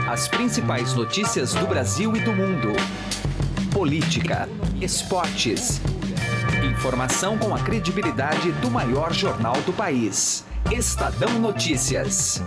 As principais notícias do Brasil e do mundo. Política, esportes. Informação com a credibilidade do maior jornal do país. Estadão Notícias.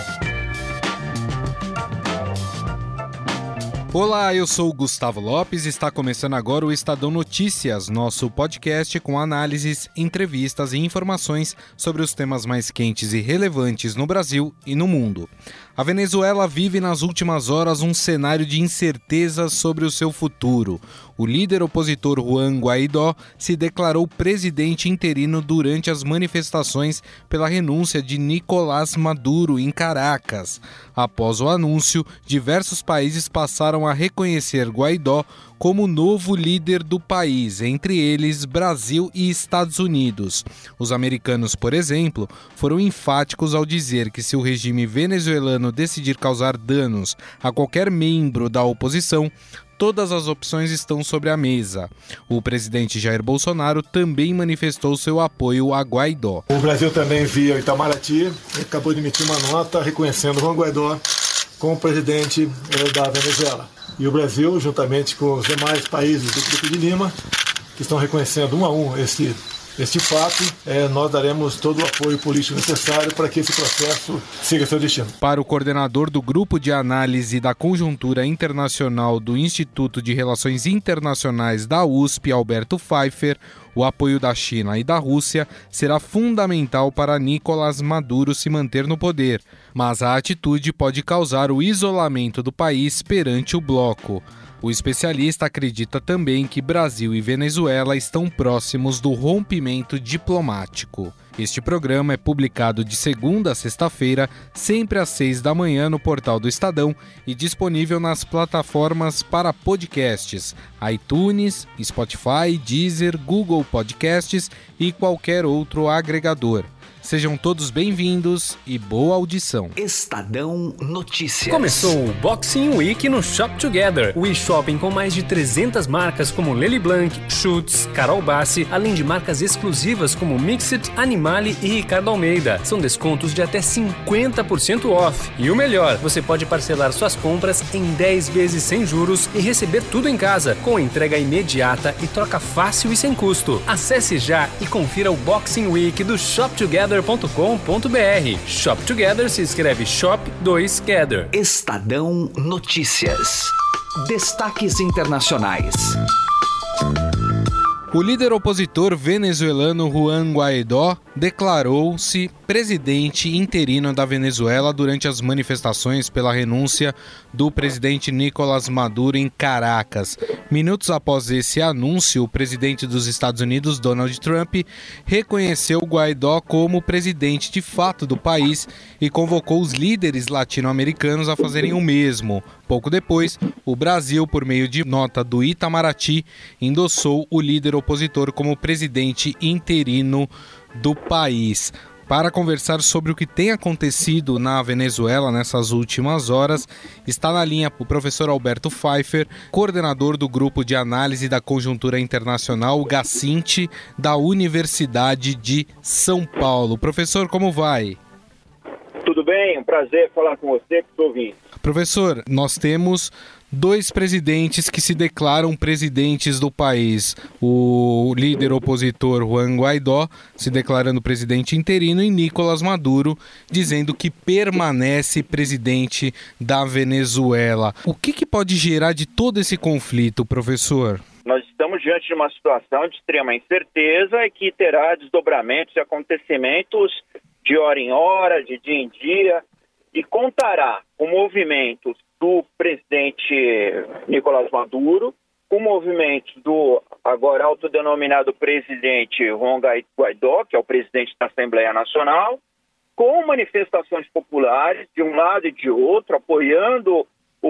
Olá, eu sou o Gustavo Lopes e está começando agora o Estadão Notícias, nosso podcast com análises, entrevistas e informações sobre os temas mais quentes e relevantes no Brasil e no mundo. A Venezuela vive nas últimas horas um cenário de incerteza sobre o seu futuro. O líder opositor Juan Guaidó se declarou presidente interino durante as manifestações pela renúncia de Nicolás Maduro em Caracas. Após o anúncio, diversos países passaram a reconhecer Guaidó como novo líder do país, entre eles Brasil e Estados Unidos. Os americanos, por exemplo, foram enfáticos ao dizer que se o regime venezuelano decidir causar danos a qualquer membro da oposição, todas as opções estão sobre a mesa. O presidente Jair Bolsonaro também manifestou seu apoio a Guaidó. O Brasil também, via Itamaraty, acabou de emitir uma nota reconhecendo Juan Guaidó como presidente da Venezuela. E o Brasil, juntamente com os demais países do Grupo de Lima, que estão reconhecendo um a um este fato, nós daremos todo o apoio político necessário para que esse processo siga seu destino. Para o coordenador do Grupo de Análise da Conjuntura Internacional do Instituto de Relações Internacionais da USP, Alberto Pfeiffer, o apoio da China e da Rússia será fundamental para Nicolás Maduro se manter no poder, mas a atitude pode causar o isolamento do país perante o bloco. O especialista acredita também que Brasil e Venezuela estão próximos do rompimento diplomático. Este programa é publicado de segunda a sexta-feira, sempre às 6 da manhã no portal do Estadão e disponível nas plataformas para podcasts, iTunes, Spotify, Deezer, Google Podcasts e qualquer outro agregador. Sejam todos bem-vindos e boa audição. Estadão Notícias. Começou o Boxing Week no Shop Together, o e-shopping com mais de 300 marcas como Lely Blanc, Schutz, Carol Bassi, além de marcas exclusivas como Mixit, Animale e Ricardo Almeida. São descontos de até 50% off. E o melhor, você pode parcelar suas compras em 10 vezes sem juros e receber tudo em casa, com entrega imediata e troca fácil e sem custo. Acesse já e confira o Boxing Week do Shop Together.com.br. Shop Together se escreve Shop 2 Gather. Estadão Notícias. Destaques internacionais. O líder opositor venezuelano Juan Guaidó declarou-se presidente interino da Venezuela durante as manifestações pela renúncia do presidente Nicolás Maduro em Caracas. Minutos após esse anúncio, o presidente dos Estados Unidos, Donald Trump, reconheceu Guaidó como presidente de fato do país e convocou os líderes latino-americanos a fazerem o mesmo. Pouco depois, o Brasil, por meio de nota do Itamaraty, endossou o líder opositor como presidente interino do país. Para conversar sobre o que tem acontecido na Venezuela nessas últimas horas, está na linha o professor Alberto Pfeiffer, coordenador do Grupo de Análise da Conjuntura Internacional, o GACINT, da Universidade de São Paulo. Professor, como vai? Tudo bem, um prazer falar com você, que estou ouvindo. Professor, nós temos dois presidentes que se declaram presidentes do país. O líder opositor Juan Guaidó se declarando presidente interino e Nicolás Maduro dizendo que permanece presidente da Venezuela. O que pode gerar de todo esse conflito, professor? Nós estamos diante de uma situação de extrema incerteza e que terá desdobramentos e acontecimentos de hora em hora, de dia em dia, e contará com movimentos do presidente Nicolás Maduro, com movimentos do agora autodenominado presidente Juan Guaidó, que é o presidente da Assembleia Nacional, com manifestações populares de um lado e de outro, apoiando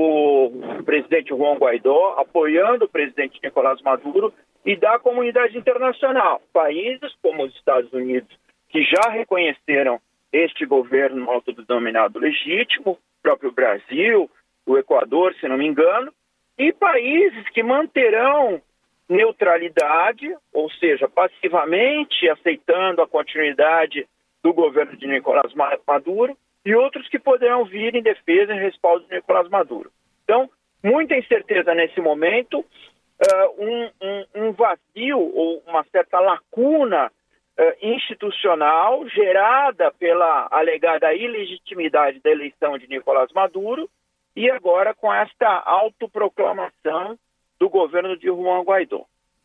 o presidente Juan Guaidó, apoiando o presidente Nicolás Maduro e da comunidade internacional. Países como os Estados Unidos, que já reconheceram este governo autodenominado legítimo, o próprio Brasil, o Equador, se não me engano, e países que manterão neutralidade, ou seja, passivamente aceitando a continuidade do governo de Nicolás Maduro, e outros que poderão vir em defesa e respaldo de Nicolás Maduro. Então, muita incerteza nesse momento, um vazio ou uma certa lacuna institucional gerada pela alegada ilegitimidade da eleição de Nicolás Maduro e agora com esta autoproclamação do governo de Juan Guaidó.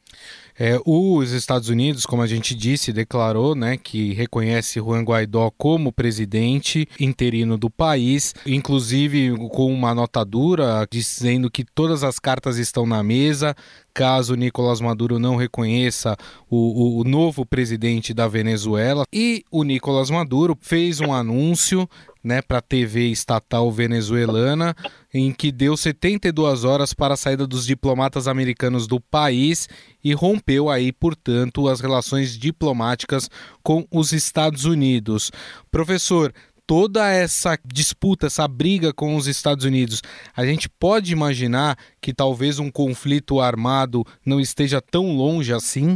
Os Estados Unidos, como a gente disse, declarou, né, que reconhece Juan Guaidó como presidente interino do país, inclusive com uma nota dura dizendo que todas as cartas estão na mesa caso Nicolás Maduro não reconheça o novo presidente da Venezuela. E o Nicolás Maduro fez um anúncio, né, para a TV estatal venezuelana, em que deu 72 horas para a saída dos diplomatas americanos do país e rompeu aí, portanto, as relações diplomáticas com os Estados Unidos. Professor, toda essa disputa, essa briga com os Estados Unidos, a gente pode imaginar que talvez um conflito armado não esteja tão longe assim?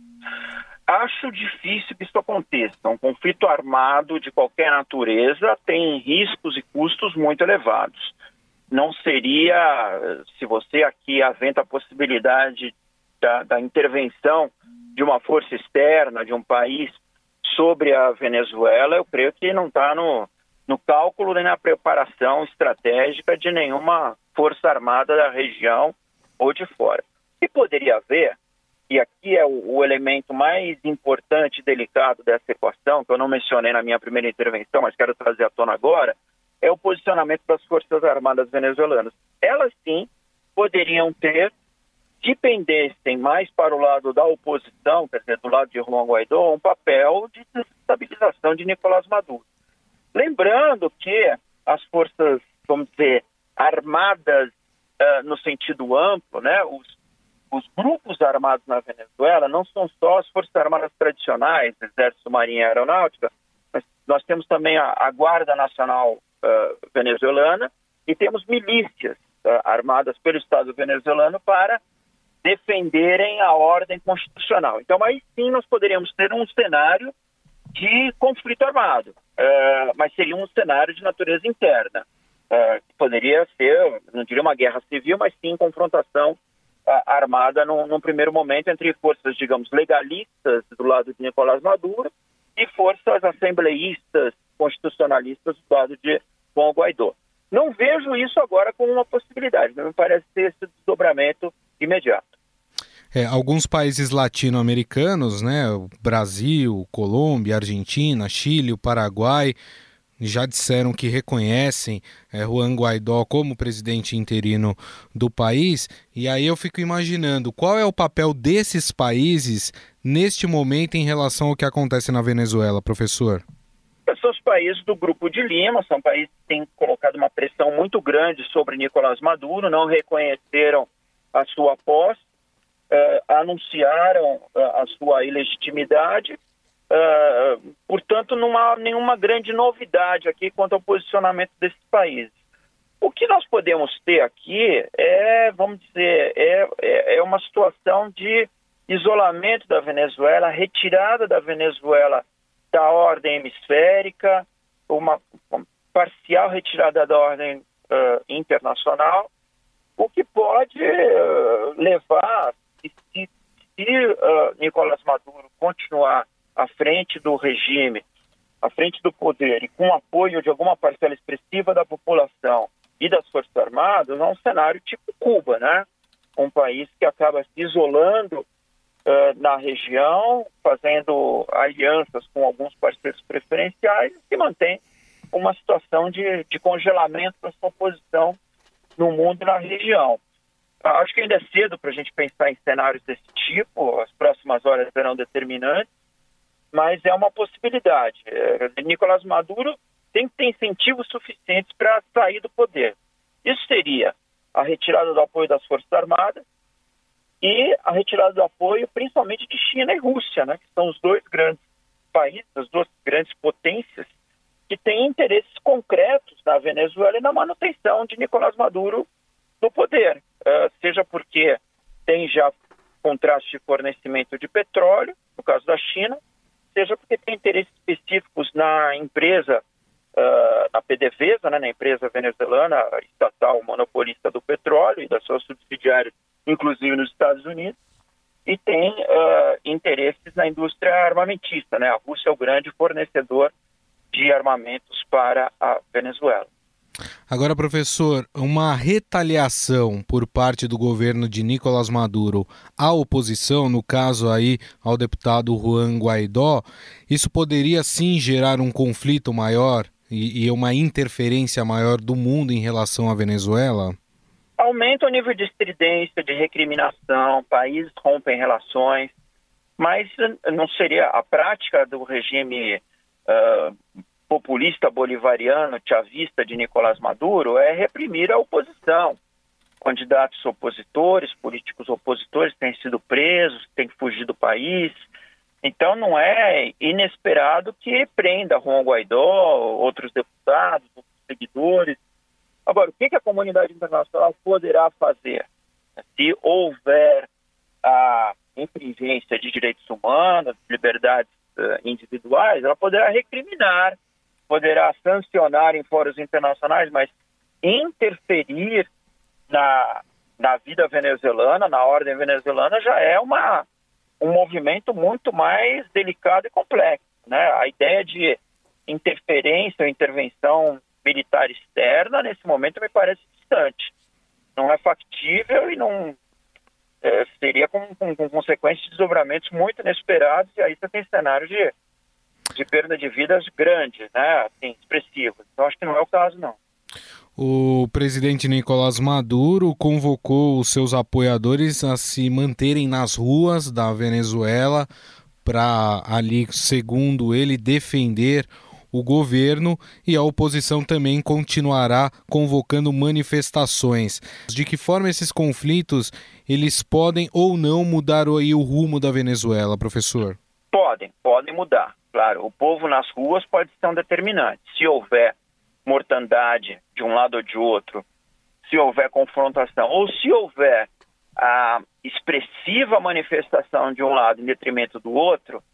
Acho difícil que isso aconteça. Um conflito armado de qualquer natureza tem riscos e custos muito elevados. Não seria, se você aqui aventa a possibilidade da intervenção de uma força externa, de um país sobre a Venezuela, eu creio que não está no cálculo nem na preparação estratégica de nenhuma força armada da região ou de fora. O que poderia haver, e aqui é o elemento mais importante e delicado dessa equação, que eu não mencionei na minha primeira intervenção, mas quero trazer à tona agora, é o posicionamento das Forças Armadas venezuelanas. Elas, sim, poderiam ter, se pendessem mais para o lado da oposição, quer dizer, do lado de Juan Guaidó, um papel de desestabilização de Nicolás Maduro. Lembrando que as forças, vamos dizer, armadas no sentido amplo, né, os grupos armados na Venezuela não são só as forças armadas tradicionais, Exército, Marinha e Aeronáutica, mas nós temos também a Guarda Nacional venezuelana e temos milícias armadas pelo Estado venezuelano para defenderem a ordem constitucional. Então, aí sim nós poderíamos ter um cenário de conflito armado, mas seria um cenário de natureza interna. Poderia ser, não diria uma guerra civil, mas sim confrontação armada num primeiro momento entre forças, digamos, legalistas do lado de Nicolás Maduro e forças assembleístas, constitucionalistas do lado de Juan Guaidó. Não vejo isso agora como uma possibilidade, não me parece ter esse desdobramento imediato. Alguns países latino-americanos, né, o Brasil, Colômbia, Argentina, Chile, o Paraguai, já disseram que reconhecem Juan Guaidó como presidente interino do país. E aí eu fico imaginando qual é o papel desses países neste momento em relação ao que acontece na Venezuela, professor? São os países do Grupo de Lima, são países que têm colocado uma pressão muito grande sobre Nicolás Maduro, não reconheceram a sua posse, anunciaram a sua ilegitimidade. Portanto, não há nenhuma grande novidade aqui quanto ao posicionamento desses países. O que nós podemos ter aqui vamos dizer, uma situação de isolamento da Venezuela, retirada da Venezuela da ordem hemisférica, uma parcial retirada da ordem internacional, o que pode levar, se Nicolás Maduro continuar à frente do regime, à frente do poder e com o apoio de alguma parcela expressiva da população e das Forças Armadas, é um cenário tipo Cuba, né? Um país que acaba se isolando na região, fazendo alianças com alguns parceiros preferenciais e mantém uma situação de congelamento da sua posição no mundo e na região. Acho que ainda é cedo para a gente pensar em cenários desse tipo, as próximas horas serão determinantes, mas é uma possibilidade. Nicolás Maduro tem que ter incentivos suficientes para sair do poder. Isso seria a retirada do apoio das Forças Armadas e a retirada do apoio principalmente de China e Rússia, né, que são os dois grandes países, as duas grandes potências que têm interesses concretos na Venezuela e na manutenção de Nicolás Maduro no poder, seja porque tem já contratos de fornecimento de petróleo, no caso da China, seja porque tem interesses específicos na empresa na PDVSA, né, na empresa venezuelana estatal monopolista do petróleo e das suas subsidiárias, inclusive nos Estados Unidos, e tem interesses na indústria armamentista, né? A Rússia é o grande fornecedor de armamentos para a Venezuela. Agora, professor, uma retaliação por parte do governo de Nicolás Maduro à oposição, no caso aí ao deputado Juan Guaidó, isso poderia sim gerar um conflito maior e uma interferência maior do mundo em relação à Venezuela? Aumenta o nível de estridência, de recriminação, países rompem relações, mas não seria a prática do regime populista bolivariano, chavista de Nicolás Maduro, é reprimir a oposição. Candidatos opositores, políticos opositores têm sido presos, têm que fugir do país. Então não é inesperado que prenda Juan Guaidó, outros deputados, outros seguidores. Agora, o que a comunidade internacional poderá fazer? Se houver a infringência de direitos humanos, liberdades individuais, ela poderá recriminar, poderá sancionar em fóruns internacionais, mas interferir na vida venezuelana, na ordem venezuelana, já é um movimento muito mais delicado e complexo, né? A ideia de interferência ou intervenção militar externa, nesse momento, me parece distante. Não é factível e não seria com consequências de desdobramentos muito inesperados, e aí você tem cenário de perda de vidas grande, né? Assim, expressivas. Então, acho que não é o caso, não. O presidente Nicolás Maduro convocou os seus apoiadores a se manterem nas ruas da Venezuela para ali, segundo ele, defender o governo, e a oposição também continuará convocando manifestações. De que forma esses conflitos eles podem ou não mudar aí o rumo da Venezuela, professor? Podem mudar. Claro, o povo nas ruas pode ser um determinante. Se houver mortandade de um lado ou de outro, se houver confrontação, ou se houver a expressiva manifestação de um lado em detrimento do outro,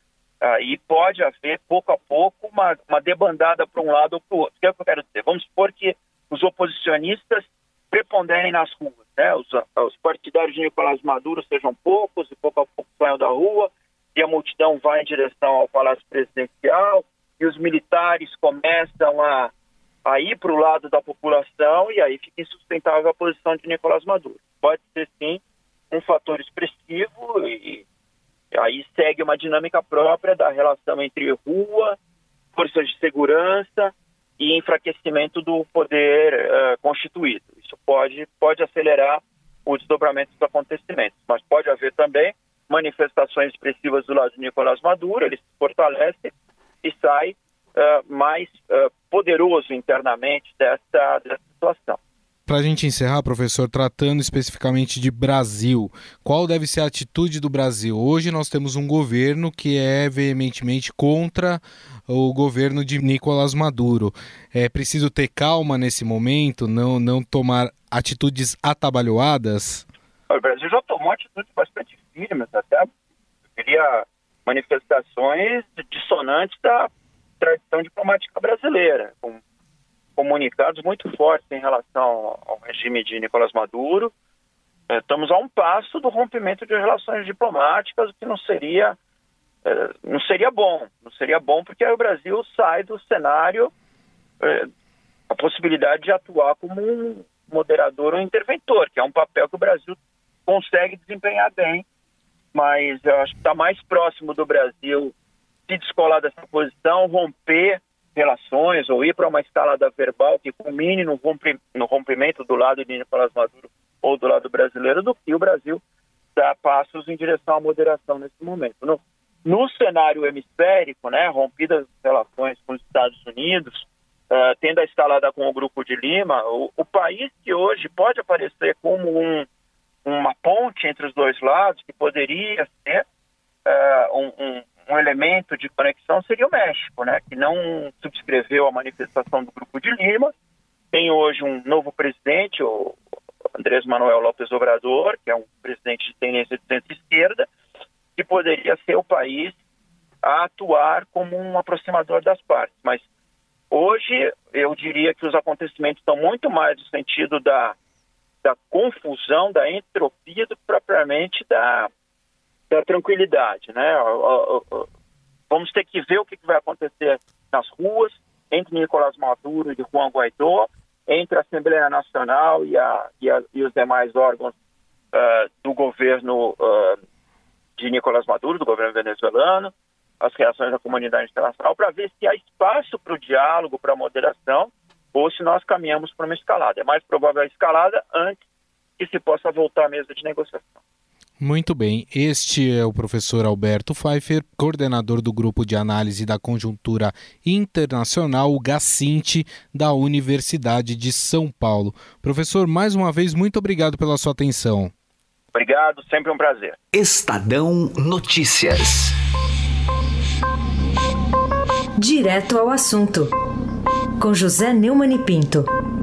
e pode haver, pouco a pouco, uma debandada para um lado ou para o outro. O que é o que eu quero dizer? Vamos supor que os oposicionistas preponderem nas ruas, né? Os partidários de Nicolás Maduro sejam poucos, e pouco a pouco saiam da rua, e a multidão vai em direção ao Palácio Presidencial, e os militares começam a ir para o lado da população, e aí fica insustentável a posição de Nicolás Maduro. Pode ser, sim, um fator expressivo, e aí segue uma dinâmica própria da relação entre rua, forças de segurança e enfraquecimento do poder constituído. Isso pode acelerar o desdobramento dos acontecimentos, mas pode haver também manifestações expressivas do lado de Nicolás Maduro, ele se fortalece e sai mais poderoso internamente dessa situação. Para a gente encerrar, professor, tratando especificamente de Brasil, qual deve ser a atitude do Brasil? Hoje nós temos um governo que é veementemente contra o governo de Nicolás Maduro. É preciso ter calma nesse momento, não tomar atitudes atabalhoadas? O Brasil já tomou atitudes bastante firmes, até queria manifestações dissonantes da tradição diplomática brasileira, com comunicados muito fortes em relação ao regime de Nicolás Maduro. Estamos a um passo do rompimento de relações diplomáticas, o que não seria bom. Não seria bom porque aí o Brasil sai do cenário, a possibilidade de atuar como um moderador ou interventor, que é um papel que o Brasil consegue desempenhar bem, mas eu acho que está mais próximo do Brasil se descolar dessa posição, romper relações ou ir para uma escalada verbal que culmine no rompimento do lado de Nicolás Maduro ou do lado brasileiro, do que o Brasil dar passos em direção à moderação nesse momento. No cenário hemisférico, né, rompidas as relações com os Estados Unidos, tendo a escalada com o Grupo de Lima, o país que hoje pode aparecer como uma ponte entre os dois lados, que poderia ser um elemento de conexão, seria o México, né, que não subscreveu a manifestação do Grupo de Lima. Tem hoje um novo presidente, o Andrés Manuel López Obrador, que é um presidente de tendência de centro-esquerda, que poderia ser o país a atuar como um aproximador das partes. Mas Hoje, eu diria que os acontecimentos estão muito mais no sentido da confusão, da entropia, do que propriamente da tranquilidade, né? Vamos ter que ver o que vai acontecer nas ruas, entre Nicolás Maduro e Juan Guaidó, entre a Assembleia Nacional e os demais órgãos do governo de Nicolás Maduro, do governo venezuelano, as reações da comunidade internacional, para ver se há espaço para o diálogo, para a moderação, ou se nós caminhamos para uma escalada. É mais provável a escalada antes que se possa voltar à mesa de negociação. Muito bem, este é o professor Alberto Pfeiffer, coordenador do Grupo de Análise da Conjuntura Internacional, o GACINT, da Universidade de São Paulo. Professor, mais uma vez, muito obrigado pela sua atenção. Obrigado, sempre um prazer. Estadão Notícias. Direto ao assunto, com José Neumann e Pinto.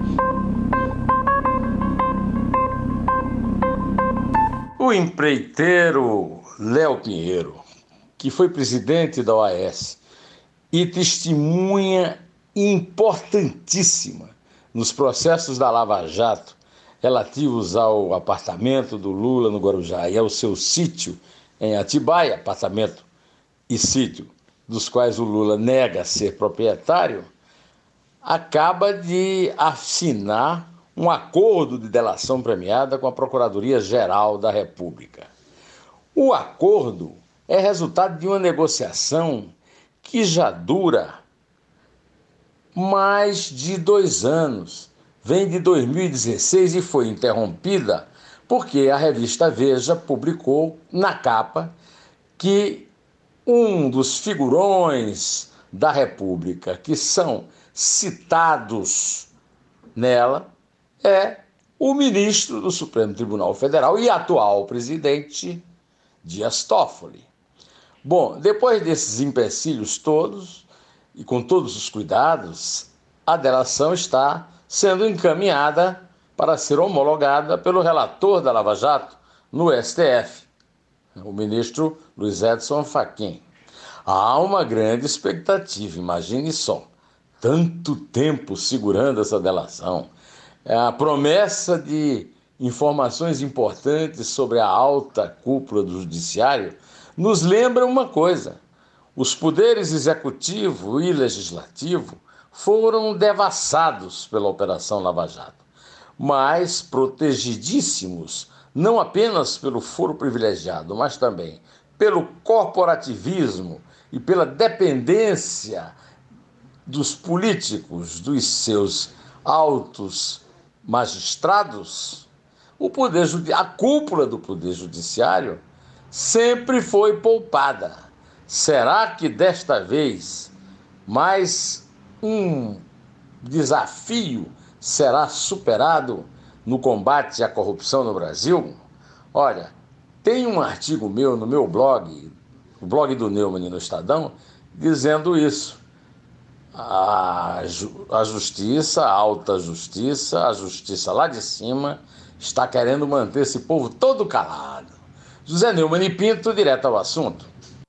O empreiteiro Léo Pinheiro, que foi presidente da OAS e testemunha importantíssima nos processos da Lava Jato relativos ao apartamento do Lula no Guarujá e ao seu sítio em Atibaia, apartamento e sítio dos quais o Lula nega ser proprietário, acaba de assinar um acordo de delação premiada com a Procuradoria-Geral da República. O acordo é resultado de uma negociação que já dura mais de 2 anos. Vem de 2016 e foi interrompida porque a revista Veja publicou na capa que um dos figurões da República que são citados nela é o ministro do Supremo Tribunal Federal e atual presidente Dias Toffoli. Bom, depois desses empecilhos todos, e com todos os cuidados, a delação está sendo encaminhada para ser homologada pelo relator da Lava Jato no STF, o ministro Luiz Edson Fachin. Há uma grande expectativa, imagine só, tanto tempo segurando essa delação. A promessa de informações importantes sobre a alta cúpula do judiciário nos lembra uma coisa: os poderes executivo e legislativo foram devassados pela Operação Lava Jato, mas protegidíssimos não apenas pelo foro privilegiado, mas também pelo corporativismo e pela dependência dos políticos, dos seus altos magistrados. A cúpula do Poder Judiciário sempre foi poupada. Será que desta vez mais um desafio será superado no combate à corrupção no Brasil? Olha, tem um artigo meu no meu blog, o blog do Neumann no Estadão, dizendo isso. A justiça, a alta justiça, a justiça lá de cima, está querendo manter esse povo todo calado. José Neumann e Pinto, direto ao assunto.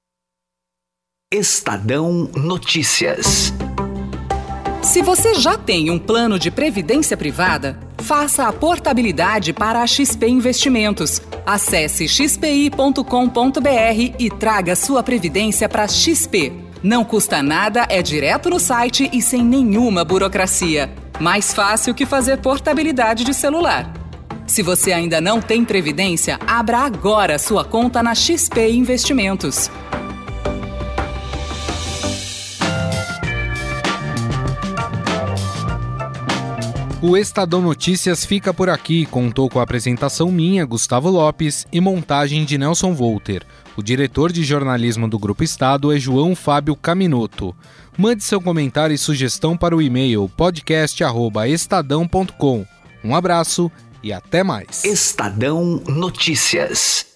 Estadão Notícias. Se você já tem um plano de previdência privada, faça a portabilidade para a XP Investimentos. Acesse xpi.com.br e traga sua previdência para a XP. Não custa nada, é direto no site e sem nenhuma burocracia. Mais fácil que fazer portabilidade de celular. Se você ainda não tem previdência, abra agora sua conta na XP Investimentos. O Estadão Notícias fica por aqui. Contou com a apresentação minha, Gustavo Lopes, e montagem de Nelson Volter. O diretor de jornalismo do Grupo Estado é João Fábio Caminoto. Mande seu comentário e sugestão para o e-mail podcast@estadão.com. Um abraço e até mais. Estadão Notícias.